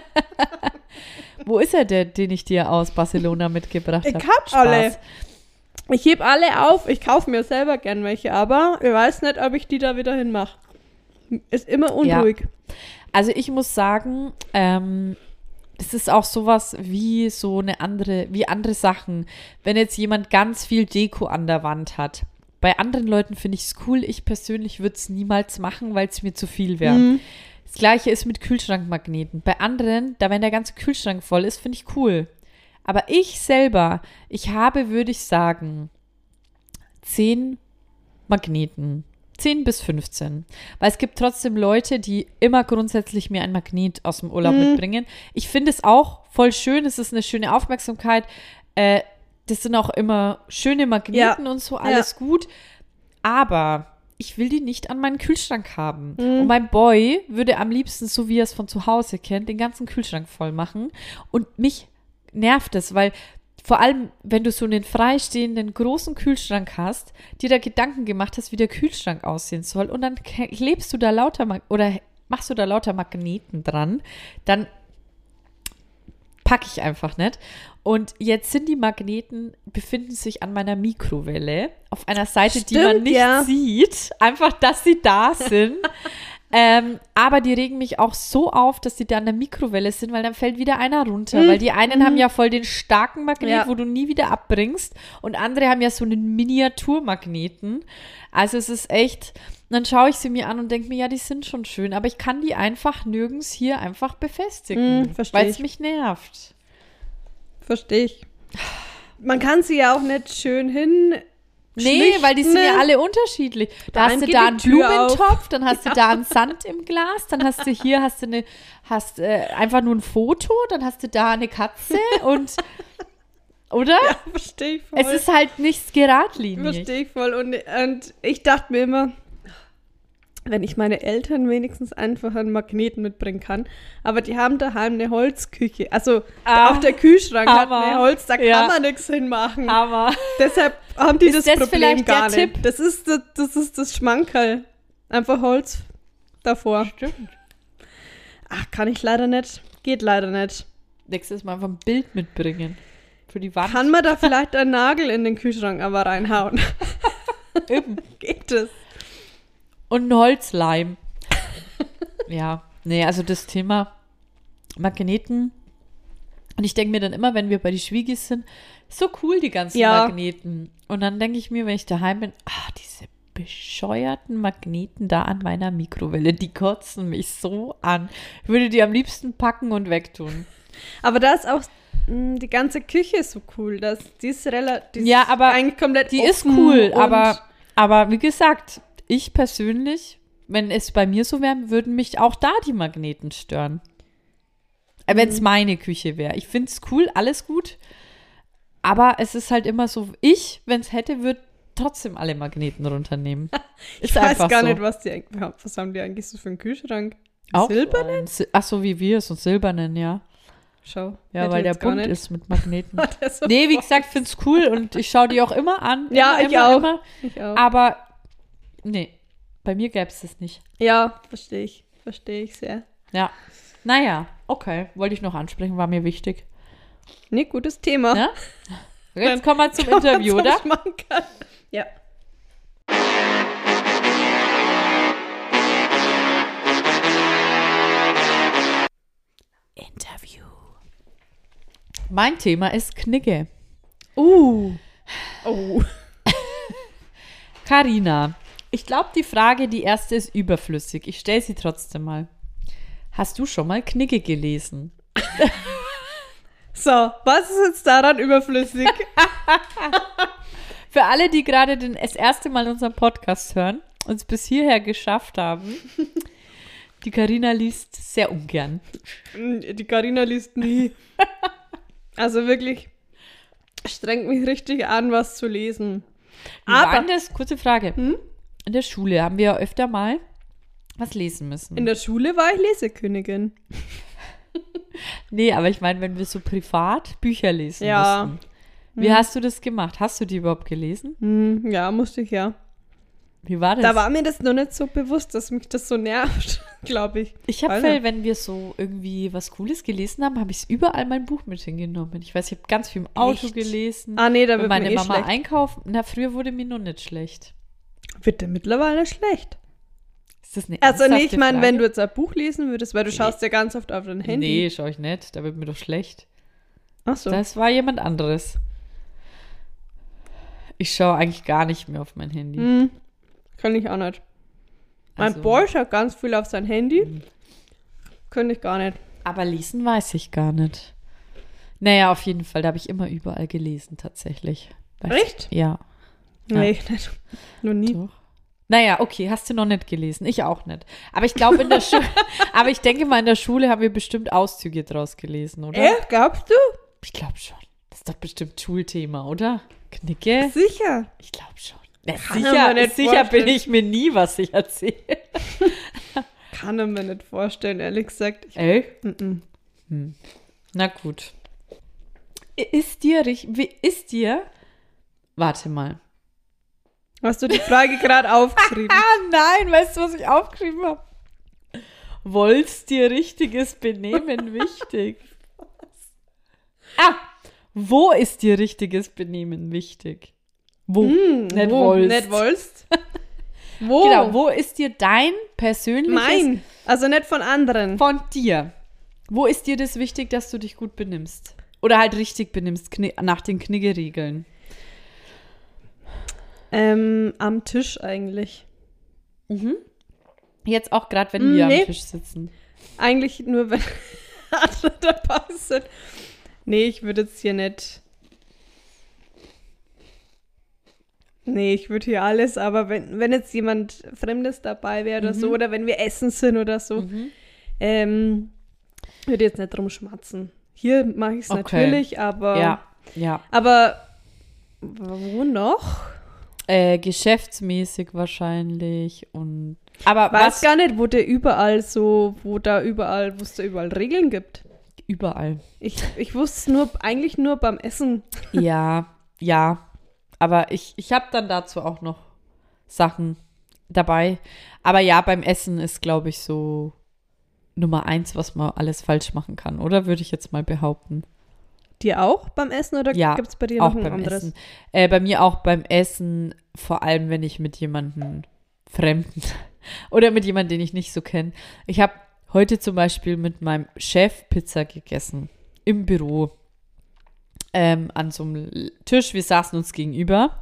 Wo ist er denn, den ich dir aus Barcelona mitgebracht Ich habe? hab alle. Ich heb alle auf, ich kaufe mir selber gern welche, aber ich weiß nicht, ob ich die da wieder hinmache. Ist immer unruhig. Also ich muss sagen, ähm, das ist auch sowas wie so eine andere, wie andere Sachen. Wenn jetzt jemand ganz viel Deko an der Wand hat. Bei anderen Leuten finde ich es cool. Ich persönlich würde es niemals machen, weil es mir zu viel wäre. Mhm. Das Gleiche ist mit Kühlschrankmagneten. Bei anderen, da wenn der ganze Kühlschrank voll ist, finde ich cool. Aber ich selber, ich habe, würde ich sagen, zehn Magneten. zehn bis fünfzehn. Weil es gibt trotzdem Leute, die immer grundsätzlich mir ein Magnet aus dem Urlaub Mhm. mitbringen. Ich finde es auch voll schön. Es ist eine schöne Aufmerksamkeit. Äh, das sind auch immer schöne Magneten Ja. und so, alles gut. Aber ich will die nicht an meinen Kühlschrank haben. Mhm. Und mein Boy würde am liebsten, so wie er es von zu Hause kennt, den ganzen Kühlschrank voll machen. Und mich nervt es, weil vor allem, wenn du so einen freistehenden großen Kühlschrank hast, dir da Gedanken gemacht hast, wie der Kühlschrank aussehen soll und dann klebst du da lauter Mag- oder machst du da lauter Magneten dran, dann packe ich einfach nicht. Und jetzt sind die Magneten, befinden sich an meiner Mikrowelle auf einer Seite, die man Stimmt, nicht ja. sieht. Einfach, dass sie da sind. Ähm, aber die regen mich auch so auf, dass die da an der Mikrowelle sind, weil dann fällt wieder einer runter. Mhm. Weil die einen haben ja voll den starken Magnet, Ja. wo du nie wieder abbringst. Und andere haben ja so einen Miniaturmagneten. Also es ist echt, dann schaue ich sie mir an und denke mir, ja, die sind schon schön. Aber ich kann die einfach nirgends hier einfach befestigen, Mhm, versteh weil es ich. mich nervt. Verstehe ich. man kann sie ja auch nicht schön hin. Nee, weil die sind ja ne? alle unterschiedlich. Da Der hast eine du geht da die einen Tür Blumentopf, dann hast du da einen Sand im Glas, dann hast du hier hast du eine, hast äh, einfach nur ein Foto, dann hast du da eine Katze und oder? Ja, verstehe ich voll. Es ist halt nichts geradlinig. Verstehe ich voll. Und, und ich dachte mir immer, wenn ich meine Eltern wenigstens einfach einen Magneten mitbringen kann. Aber die haben daheim eine Holzküche. Also Ah, auch der Kühlschrank Hammer. hat eine Holz, da Ja. kann man nichts hinmachen. Aber Deshalb haben die Ist das, das Problem vielleicht gar der nicht. Tipp? Das ist das, das ist das Schmankerl. Einfach Holz davor. stimmt. Ach, kann ich leider nicht. Geht leider nicht. Nächstes Mal einfach ein Bild mitbringen. Für die Wand. Kann man da vielleicht einen Nagel in den Kühlschrank aber reinhauen? Eben. Geht das? Und ein Holzleim. Ja, nee, also das Thema Magneten. Und ich denke mir dann immer, wenn wir bei die Schwiegis sind, so cool, die ganzen Ja. Magneten. Und dann denke ich mir, wenn ich daheim bin, ah, diese bescheuerten Magneten da an meiner Mikrowelle, die kotzen mich so an. Ich würde die am liebsten packen und wegtun. Aber da ist auch mh, die ganze Küche so cool. Das, die ist relativ. Ja, aber eigentlich komplett Die ist offen cool, und- aber, aber wie gesagt, ich persönlich, wenn es bei mir so wäre, würden mich auch da die Magneten stören. Wenn es meine Küche wäre. Ich finde es cool, alles gut. Aber es ist halt immer so, ich, wenn es hätte, würde trotzdem alle Magneten runternehmen. Ist Ich weiß einfach gar so. nicht, was die eigentlich haben. Was haben die eigentlich so für einen Kühlschrank? Auch Silbernen? So, ach so, wie wir, so silbernen, ja. Schau. Ja, hätte weil der jetzt gar bunt nicht. ist mit Magneten. Hat er so Nee, wie vor- gesagt, finde es cool und ich schaue die auch immer an. Ja, immer, ich immer, auch. Immer. Ich auch. Aber, nee, bei mir gäbe es das nicht. Ja, verstehe ich. Verstehe ich sehr. Ja. Naja, okay. Wollte ich noch ansprechen, war mir wichtig. Nee, gutes Thema. Ja? Jetzt kommen wir zum Kann man Interview, zum oder? Schmankerl. Ja. Interview. Mein Thema ist Knigge. Uh. Oh. Carina, ich glaube, die Frage, die erste, ist überflüssig. Ich stelle sie trotzdem mal. Hast du schon mal Knigge gelesen? So, was ist jetzt daran überflüssig? Für alle, die gerade den- das erste Mal unseren Podcast hören und es bis hierher geschafft haben, die Carina liest sehr ungern. Die Carina liest nie. Also wirklich strengt mich richtig an, was zu lesen. Wie war Aber denn das? Kurze Frage. Hm? In der Schule haben wir ja öfter mal was lesen müssen. in der Schule war ich Lesekönigin. Nee, aber ich meine, wenn wir so privat Bücher lesen Ja. mussten. Wie hast du das gemacht? Hast du die überhaupt gelesen? Hm, ja, musste ich ja. Wie war das? Da war mir das noch nicht so bewusst, dass mich das so nervt, glaube ich. ich habe, Weiß nicht. wenn wir so irgendwie was Cooles gelesen haben, habe ich überall mein Buch mit hingenommen. Ich weiß, ich habe ganz viel im Auto Echt? gelesen. Ah, nee, da Wenn wird meine mir eh Mama schlecht. einkaufen. Na, früher wurde mir nur nicht schlecht. Wird der mittlerweile schlecht? Ist das eine Also nee, ich ernsthafte meine, Frage? wenn du jetzt ein Buch lesen würdest, weil du schaust ja ganz oft auf dein Handy. Nee, schaue ich nicht. Da wird mir doch schlecht. Ach so. Das war jemand anderes. Ich schaue eigentlich gar nicht mehr auf mein Handy. Hm, kann ich auch nicht. Mein Also- Boy schaut ganz viel auf sein Handy. Könnte ich gar nicht. Aber lesen weiß ich gar nicht. Naja, auf jeden Fall, da habe ich immer überall gelesen, tatsächlich. Weiß- Echt? Ja. Ja. Nee, nicht. Noch nie. Doch. Naja, okay, hast du noch nicht gelesen. Ich auch nicht. Aber ich glaube in der Schule, aber ich denke mal, in der Schule haben wir bestimmt Auszüge draus gelesen, oder? Äh, glaubst du? Ich glaube schon. Das ist doch bestimmt Schulthema, oder? Knicke? Sicher. Ich glaube schon. Na, Kann ich sicher mir nicht sicher bin vorstellen. ich mir nie, was ich erzähle. Kann er mir nicht vorstellen, ehrlich gesagt. Ich, Echt? mm-mm. Na gut. Ist dir, richt- wie ist dir, warte mal. Hast du die Frage gerade aufgeschrieben? Ah nein, weißt du, was ich aufgeschrieben habe? Wollt's dir richtiges Benehmen wichtig? Ah, wo ist dir richtiges Benehmen wichtig? Wo? Hm, nicht wo? wollst. Nicht wollst? Wo? Genau, wo ist dir dein persönliches Mein. Also nicht von anderen. von dir? Wo ist dir das wichtig, dass du dich gut benimmst? Oder halt richtig benimmst, kni- nach den Kniggeregeln? Ähm, am Tisch eigentlich. Jetzt auch gerade, wenn wir Nee. am Tisch sitzen. Eigentlich nur, wenn andere dabei sind. Nee, ich würde jetzt hier nicht Nee, ich würde hier alles, aber wenn, wenn jetzt jemand Fremdes dabei wäre oder Mhm. so, oder wenn wir essen sind oder so, Mhm. ähm, würde ich jetzt nicht drum schmatzen. Hier mache ich es Okay. natürlich, aber, Ja, ja. aber wo noch? Äh, geschäftsmäßig wahrscheinlich und aber Weiß was gar nicht, wo der überall so, wo da überall, wo es da überall Regeln gibt. überall. Ich, ich wusste es nur, eigentlich nur beim Essen. Ja, ja. Aber ich, ich habe dann dazu auch noch Sachen dabei. Aber ja, beim Essen ist, glaube ich, so Nummer eins, was man alles falsch machen kann, oder? Würde ich jetzt mal behaupten. Dir auch beim Essen oder Ja, gibt es bei dir Auch noch ein beim anderes? Essen. Äh, bei mir auch beim Essen, vor allem, wenn ich mit jemandem Fremden oder mit jemandem, den ich nicht so kenne. Ich habe heute zum Beispiel mit meinem Chef Pizza gegessen. Im Büro. Ähm, an so einem Tisch. Wir saßen uns gegenüber.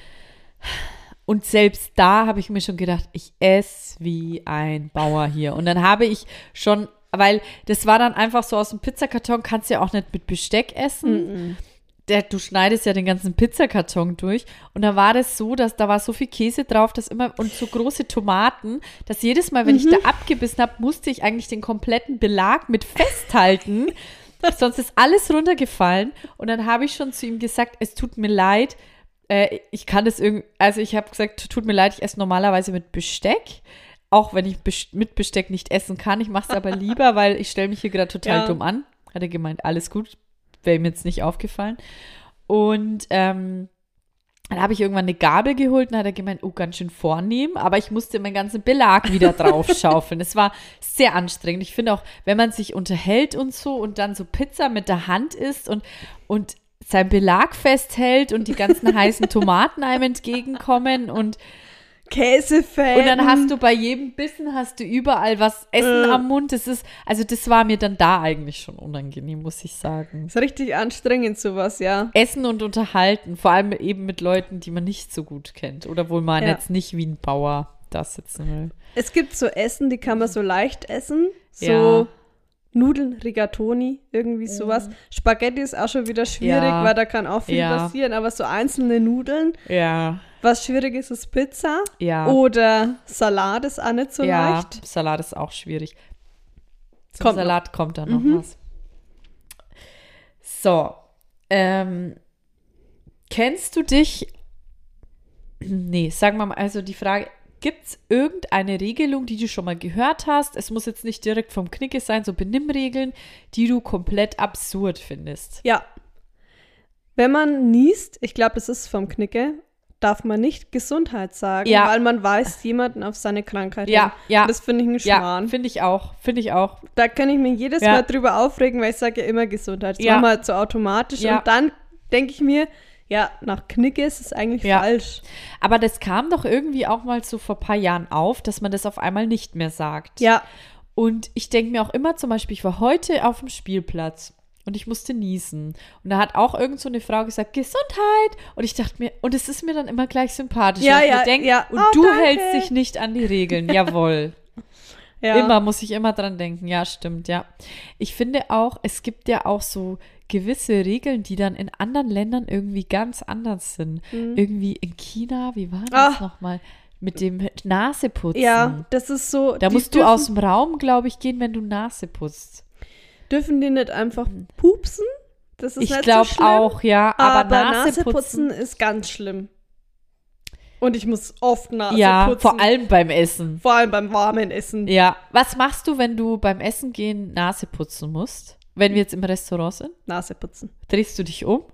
Und selbst da habe ich mir schon gedacht, ich esse wie ein Bauer hier. Und dann habe ich schon, weil das war dann einfach so aus dem Pizzakarton, kannst du ja auch nicht mit Besteck essen. Mm-mm. Der, du schneidest ja den ganzen Pizzakarton durch. Und da war das so, dass da war so viel Käse drauf, dass immer, und so große Tomaten, dass jedes Mal, wenn ich da abgebissen habe, musste ich eigentlich den kompletten Belag mit festhalten. Sonst ist alles runtergefallen. Und dann habe ich schon zu ihm gesagt, es tut mir leid, äh, ich kann das irgendwie, also ich habe gesagt, tut mir leid, ich esse normalerweise mit Besteck. Auch wenn ich bes- mit Besteck nicht essen kann. Ich mache es aber lieber, weil ich stelle mich hier gerade total Ja. dumm an. Hat er gemeint, alles gut. Wäre ihm jetzt nicht aufgefallen. Und ähm, dann habe ich irgendwann eine Gabel geholt und hat er gemeint, oh, ganz schön vornehm. Aber ich musste meinen ganzen Belag wieder draufschaufeln. Es war sehr anstrengend. Ich finde auch, wenn man sich unterhält und so und dann so Pizza mit der Hand isst und, und seinen Belag festhält und die ganzen heißen Tomaten einem entgegenkommen und Käsefäden. und dann hast du bei jedem Bissen hast du überall was Essen Äh. am Mund. Das ist, also das war mir dann da eigentlich schon unangenehm, muss ich sagen. ist richtig anstrengend, sowas, ja. Essen und unterhalten, vor allem eben mit Leuten, die man nicht so gut kennt oder wo man Ja. jetzt nicht wie ein Bauer da sitzen will. Es gibt so Essen, die kann man so leicht essen. So Ja. Nudeln, Rigatoni, irgendwie sowas. Spaghetti ist auch schon wieder schwierig, Ja. weil da kann auch viel Ja. passieren. Aber so einzelne Nudeln, Ja, was schwierig ist, ist Pizza. ja, Oder Salat ist auch nicht so ja. leicht. Salat ist auch schwierig. Zum Kommt Salat kommt dann noch Mhm. was. So, ähm, kennst du dich, nee, sagen wir mal, also die Frage, gibt es irgendeine Regelung, die du schon mal gehört hast? Es muss jetzt nicht direkt vom Knicke sein, so Benimmregeln, die du komplett absurd findest. Ja. Wenn man niest, ich glaube, das ist vom Knicke, darf man nicht Gesundheit sagen, Ja. weil man weist jemanden auf seine Krankheit Ja, hin. ja. Das finde ich ein Ja, Schmarrn. finde ich auch, finde ich auch. Da kann ich mich jedes Ja. Mal drüber aufregen, weil ich sage ja immer Gesundheit. Das Ja. machen wir halt so automatisch. Ja. Und dann denke ich mir, ja, nach Knicke ist es eigentlich Ja. falsch. Aber das kam doch irgendwie auch mal so vor ein paar Jahren auf, dass man das auf einmal nicht mehr sagt. Ja, Und ich denke mir auch immer zum Beispiel, ich war heute auf dem Spielplatz und ich musste niesen. Und da hat auch irgend so eine Frau gesagt, Gesundheit. Und ich dachte mir, und es ist mir dann immer gleich sympathisch. Ja, weil ich ja, mir denk, ja. Und Oh, du danke. hältst dich nicht an die Regeln. Jawohl. ja. Immer muss ich immer dran denken. Ja, stimmt, ja. Ich finde auch, es gibt ja auch so gewisse Regeln, die dann in anderen Ländern irgendwie ganz anders sind. Mhm. Irgendwie in China, wie war das Ah. nochmal? Mit dem Naseputzen. Ja, das ist so. Da die musst dürfen, du aus dem Raum, glaube ich, gehen, wenn du Nase putzt. Dürfen die nicht einfach pupsen? Das ist Ich nicht glaube so schlimm. auch, ja. Aber, Aber Naseputzen, Naseputzen ist ganz schlimm. Und ich muss oft Nase ja, putzen. vor allem beim Essen. Vor allem beim warmen Essen. Ja. Was machst du, wenn du beim Essen gehen Nase putzen musst? Wenn wir jetzt im Restaurant sind? Nase putzen. Drehst du dich um?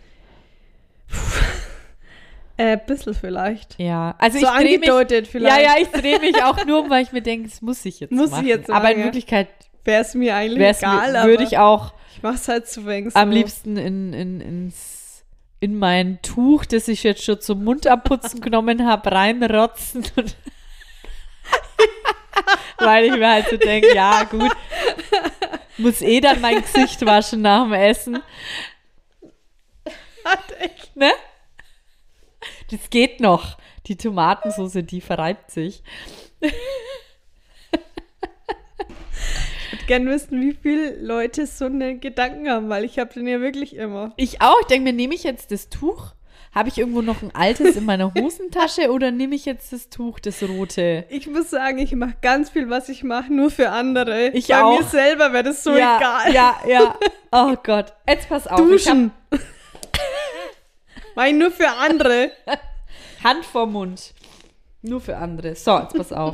Äh, ein bisschen vielleicht. Ja. Also So ich drehe mich. angedeutet vielleicht. Ja, ja, ich drehe mich auch nur um, weil ich mir denke, das muss ich jetzt Muss ich machen. jetzt Aber in machen, ja. Wirklichkeit Wäre es mir eigentlich wär's egal, mir, aber würde ich auch ich mach's halt zu wenig so. am liebsten in, in, ins, in mein Tuch, das ich jetzt schon zum Mund abputzen genommen habe, reinrotzen. Und weil ich mir halt so denke, ja gut, muss eh dann mein Gesicht waschen nach dem Essen. Hat echt. Ne? Das geht noch. Die Tomatensauce, die verreibt sich. Ich würde gerne wissen, wie viele Leute so einen Gedanken haben, weil ich habe den ja wirklich immer. Ich auch. Ich denke mir, nehme ich jetzt das Tuch, Habe ich irgendwo noch ein altes in meiner Hosentasche oder nehme ich jetzt das Tuch, das rote? Ich muss sagen, ich mache ganz viel, was ich mache, nur für andere. Ich Bei auch. mir selber wäre das so ja, egal. Ja, ja. Oh Gott. Jetzt pass auf. Duschen. Mach ich nur für andere. Ich hab Hand vorm Mund. Nur für andere. So, jetzt pass auf.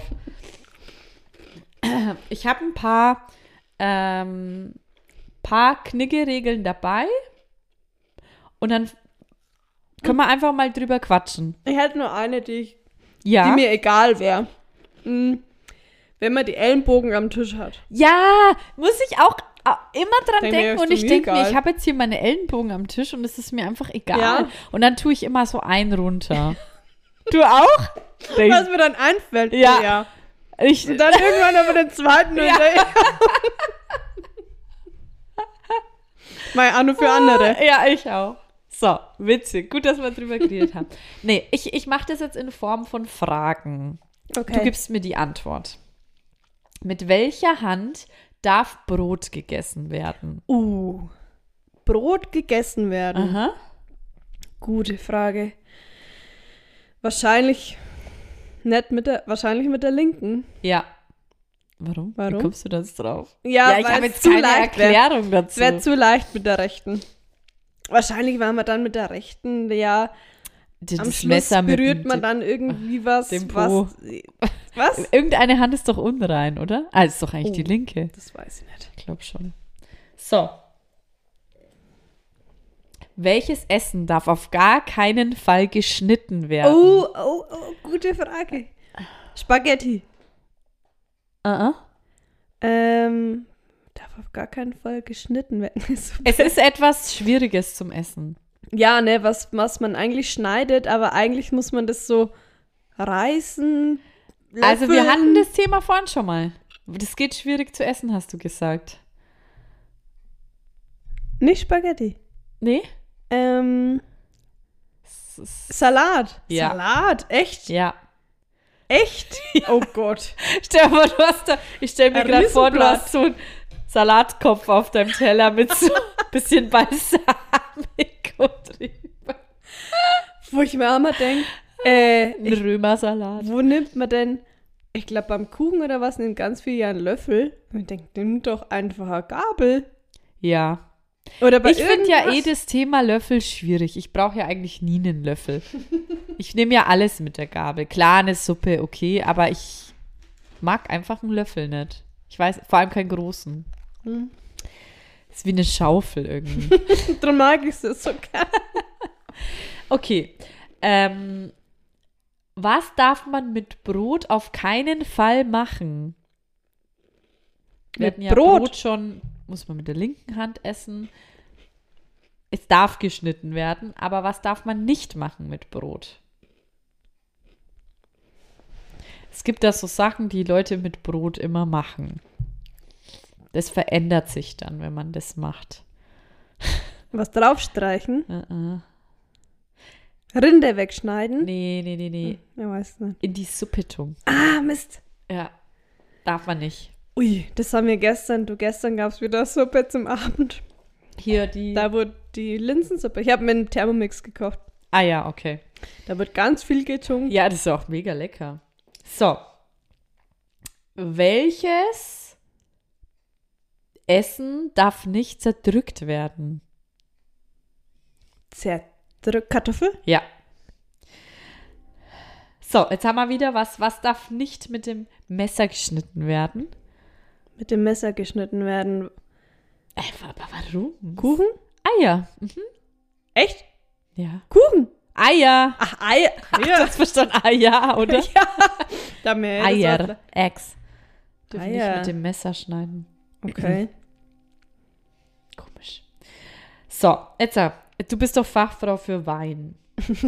Ich habe ein paar, ähm, paar Knigge-Regeln dabei. Und dann können wir einfach mal drüber quatschen. Ich hätte nur eine, die, ich, Ja. die mir egal wäre. Mhm. Wenn man die Ellenbogen am Tisch hat. Ja, muss ich auch immer dran Denk mir, denken. ist Und doch ich mir denke mir, egal. ich habe jetzt hier meine Ellenbogen am Tisch und es ist mir einfach egal. Ja. Und dann tue ich immer so einen runter. Du auch? Was mir dann einfällt. Ja. ja. Ich, Und dann irgendwann aber den zweiten Ja. hinterher. Mal auch nur für andere. Ja, ich auch. So, witzig. Gut, dass wir drüber geredet haben. Nee, ich, ich mache das jetzt in Form von Fragen. Okay. Du gibst mir die Antwort. Mit welcher Hand darf Brot gegessen werden? Uh. Brot gegessen werden. Aha. Gute Frage. Wahrscheinlich nicht mit der, wahrscheinlich mit der linken. Ja. Warum? Warum? Wie kommst du das drauf? Ja, ich weil habe es jetzt zu keine leicht wär. Erklärung dazu. Es wäre zu leicht mit der rechten. Wahrscheinlich, weil man dann mit der rechten, ja, das am Schluss Messer mit berührt dem- man dann irgendwie was. dem Po. was? Was? Irgendeine Hand ist doch unrein, oder? Ah, das ist doch eigentlich Oh. die linke. Das weiß ich nicht. Ich glaube schon. So. Welches Essen darf auf gar keinen Fall geschnitten werden? Oh, oh, oh, gute Frage. Spaghetti. Uh-uh. Ähm, darf auf gar keinen Fall geschnitten werden. Es ist etwas Schwieriges zum Essen. Ja, ne, was, was man eigentlich schneidet, aber eigentlich muss man das so reißen. Also wir löffeln. hatten das Thema vorhin schon mal. Das geht schwierig zu essen, hast du gesagt. Nicht Spaghetti. Nee? Ähm, Es ist- Salat. Ja. Salat, echt? Ja. Echt? Oh Gott. Stell dir mal, du hast da, ich stell mir Ein gerade vor, du Riesenblatt. hast so einen Salatkopf auf deinem Teller mit so ein bisschen Balsamico drüber. Wo ich mir auch mal denke, äh, Ein Römersalat. wo nimmt man denn, ich glaube beim Kuchen oder was, nimmt ganz viel ja einen Löffel. Und ich denke, nimm doch einfach eine Gabel. Ja. Oder bei Ich finde ja eh irgendwas. das Thema Löffel schwierig. Ich brauche ja eigentlich nie einen Löffel. Ich nehme ja alles mit der Gabel. Klar, eine Suppe, okay, aber ich mag einfach einen Löffel nicht. Ich weiß, vor allem keinen großen. Hm. Ist wie eine Schaufel irgendwie. Darum mag ich es so gern. Okay. Ähm, was darf man mit Brot auf keinen Fall machen? Wir Mit hatten ja Brot? Brot schon, muss man mit der linken Hand essen. Es darf geschnitten werden, aber was darf man nicht machen mit Brot? Es gibt da so Sachen, die Leute mit Brot immer machen. Das verändert sich dann, wenn man das macht. Was draufstreichen, Uh-uh. Rinde wegschneiden. Nee, nee, nee, nee. Ja, weiß nicht. In die Suppe tun. Ah, Mist. Ja, darf man nicht. Ui, das haben wir gestern. Du, gestern gab es wieder Suppe zum Abend. Hier die. Da wurde die Linsensuppe. Ich habe mir einen Thermomix gekocht. Ah ja, okay. Da wird ganz viel getunkt. Ja, das ist auch mega lecker. So. Welches Essen darf nicht zerdrückt werden? Zerdrückt Kartoffel? Ja. So, jetzt haben wir wieder was. Was darf nicht mit dem Messer geschnitten werden? Mit dem Messer geschnitten werden. Äh, aber warum? Kuchen? Eier. Mhm. Echt? Ja. Kuchen? Eier. Ach, Eier. Ach, du hast verstanden. Eier, oder? Da mehr. Eier. Eggs. Dürfen Eier. nicht mit dem Messer schneiden. Okay. Komisch. So, jetzt, äh, du bist doch Fachfrau für Wein.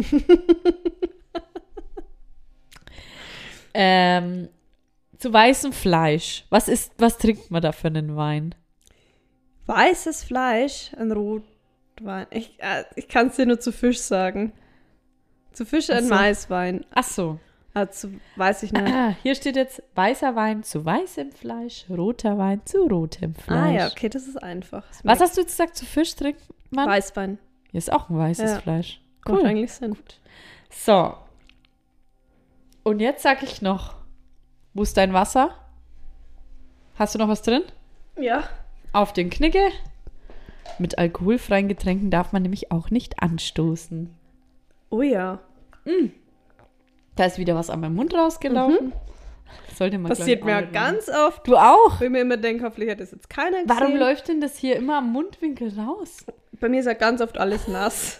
ähm, zu weißem Fleisch. Was ist, was trinkt man da für einen Wein? Weißes Fleisch, ein Rotwein. Ich, äh, ich kann es dir nur zu Fisch sagen. Zu Fisch ein Ach so. Maiswein. Ach so. Ah, zu, weiß ich nicht. Ah, hier steht jetzt weißer Wein zu weißem Fleisch, roter Wein zu rotem Fleisch. Ah ja, okay, das ist einfach. Das Was merkt- hast du jetzt gesagt, zu Fisch trinkt man? Weißwein. Hier ist auch ein weißes Ja. Fleisch. Macht Cool. eigentlich Sinn. So. Und jetzt sag ich noch, wo ist dein Wasser? Hast du noch was drin? Ja. Auf den Knicke. Mit alkoholfreien Getränken darf man nämlich auch nicht anstoßen. Oh ja. Da ist wieder was an meinem Mund rausgelaufen. Sollte man, Passiert glaub ich, mir auch nicht ganz oft. machen. Du auch? Wo ich mir immer denke, hoffentlich hat das jetzt keiner gesehen. Warum läuft denn das hier immer am Mundwinkel raus? Bei mir ist ja ganz oft alles nass.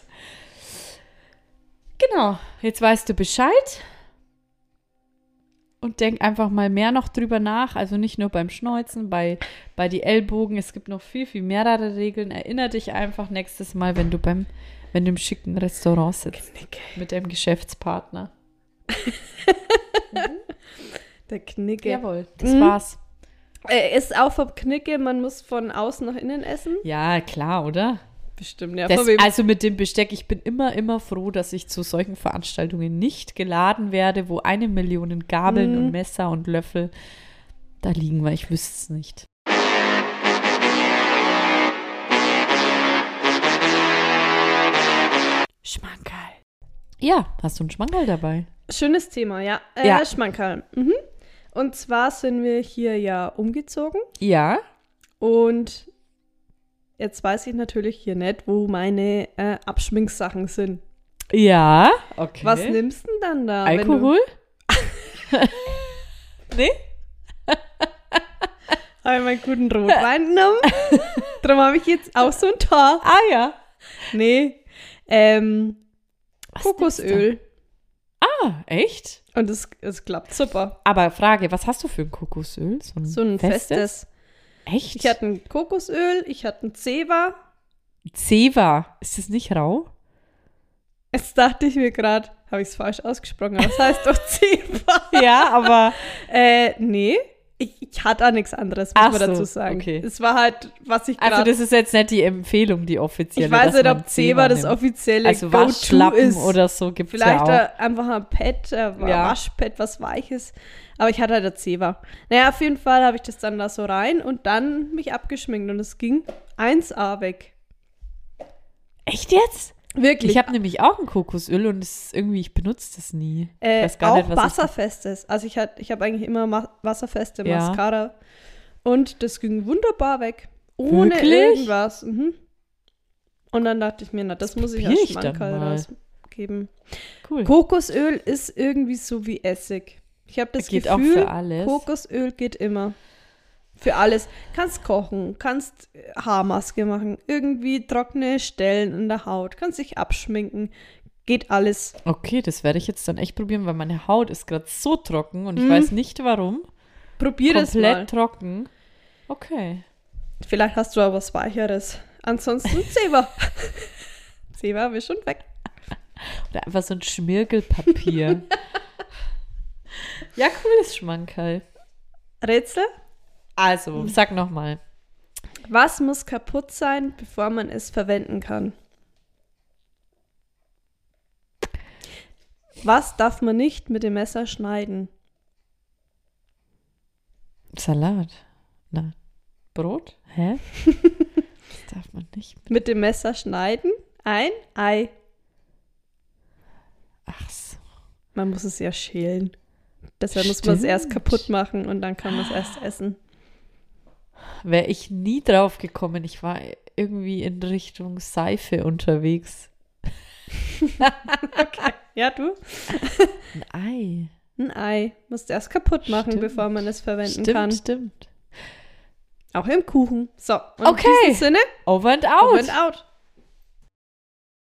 Genau, jetzt weißt du Bescheid. Und denk einfach mal mehr noch drüber nach. Also nicht nur beim Schneuzen, bei, bei die Ellbogen. Es gibt noch viel, viel mehrere Regeln. Erinner dich einfach nächstes Mal, wenn du beim, wenn du im schicken Restaurant sitzt. Knicke. Mit deinem Geschäftspartner. Der Knicke. Jawohl, das Mhm. war's. Äh, ist auch vom Knicke, man muss von außen nach innen essen? Ja, klar, oder? Bestimmt, ja. Das, von wem? also mit dem Besteck, ich bin immer, immer froh, dass ich zu solchen Veranstaltungen nicht geladen werde, wo eine Million Gabeln Mhm. und Messer und Löffel da liegen, weil ich wüsste es nicht. Schmankerl. Ja, hast du einen Schmankerl dabei? Schönes Thema, ja. Äh, Ja. Schmankerl. Mhm. Und zwar sind wir hier ja umgezogen Ja. und jetzt weiß ich natürlich hier nicht, wo meine äh, Abschminksachen sind. Ja. Okay. Was nimmst du denn dann da? wenn du- Alkohol? nee? Habe ich meinen guten Rotwein genommen. Darum habe ich jetzt auch so ein Tor. Ah ja. Nee. Ähm, Was Kokosöl. Ah, echt? Und es, es klappt super. Aber Frage, was hast du für ein Kokosöl? So ein, So ein festes. Echt? Ich hatte ein Kokosöl, ich hatte ein Zewa. Zewa. Ist das nicht rau? Jetzt dachte ich mir gerade, habe ich es falsch ausgesprochen, aber es heißt doch Zewa. Ja, aber Äh, nee. Ich, ich hatte auch nichts anderes, muss Ach man so, dazu sagen. okay. Es war halt, was ich also gerade... das ist jetzt nicht die Empfehlung, die offizielle. Ich weiß dass nicht, man ob Zewa das nimmt. offizielle Also Go-To Waschlappen ist. oder so gibt es Vielleicht ja auch. äh, einfach ein Pad, äh, ein Ja. Waschpad, was Weiches. Aber ich hatte halt ein Zewa. Naja, auf jeden Fall habe ich das dann da so rein und dann mich abgeschminkt und es ging eins A weg. Echt jetzt? Wirklich. Ich habe nämlich auch ein Kokosöl und es ist irgendwie, ich benutze das nie. Ich äh, weiß gar auch nicht, was wasserfestes. Also ich, hat- ich habe eigentlich immer ma- wasserfeste Ja. Mascara. Und das ging wunderbar weg. Ohne Wirklich? irgendwas. Mhm. Und dann dachte ich mir, na, das, Das muss ich probier als ich dann Schmankerl mal. rausgeben. ich cool. Kokosöl ist irgendwie so wie Essig. Ich habe das Geht Gefühl, auch für alles. Kokosöl geht immer. Für alles. Kannst kochen, kannst äh, Haarmaske machen, irgendwie trockene Stellen in der Haut, kannst dich abschminken. Geht alles. Okay, das werde ich jetzt dann echt probieren, weil meine Haut ist gerade so trocken und ich Mhm. weiß nicht warum. Probier das Komplett mal. trocken. Okay. Vielleicht hast du auch was Weicheres. Ansonsten Zewa. Zewa ist schon weg. Oder einfach so ein Schmirgelpapier. Ja, cooles Schmankerl. Rätsel? Also, sag nochmal. Was muss kaputt sein, bevor man es verwenden kann? Was darf man nicht mit dem Messer schneiden? Salat. Na, Brot? Hä? Das darf man nicht. Mit. Mit dem Messer schneiden? Ein Ei. Ach so. Man muss es ja schälen. Deshalb muss man es Stimmt. erst kaputt machen und dann kann man es erst essen. Wäre ich nie drauf gekommen. Ich war irgendwie in Richtung Seife unterwegs. Ja, du? Ein Ei. Ein Ei. Musst du erst kaputt machen, Stimmt. bevor man es verwenden Stimmt, kann. stimmt. Auch im Kuchen. So, und Okay. in diesem Sinne, Over and over out. and out.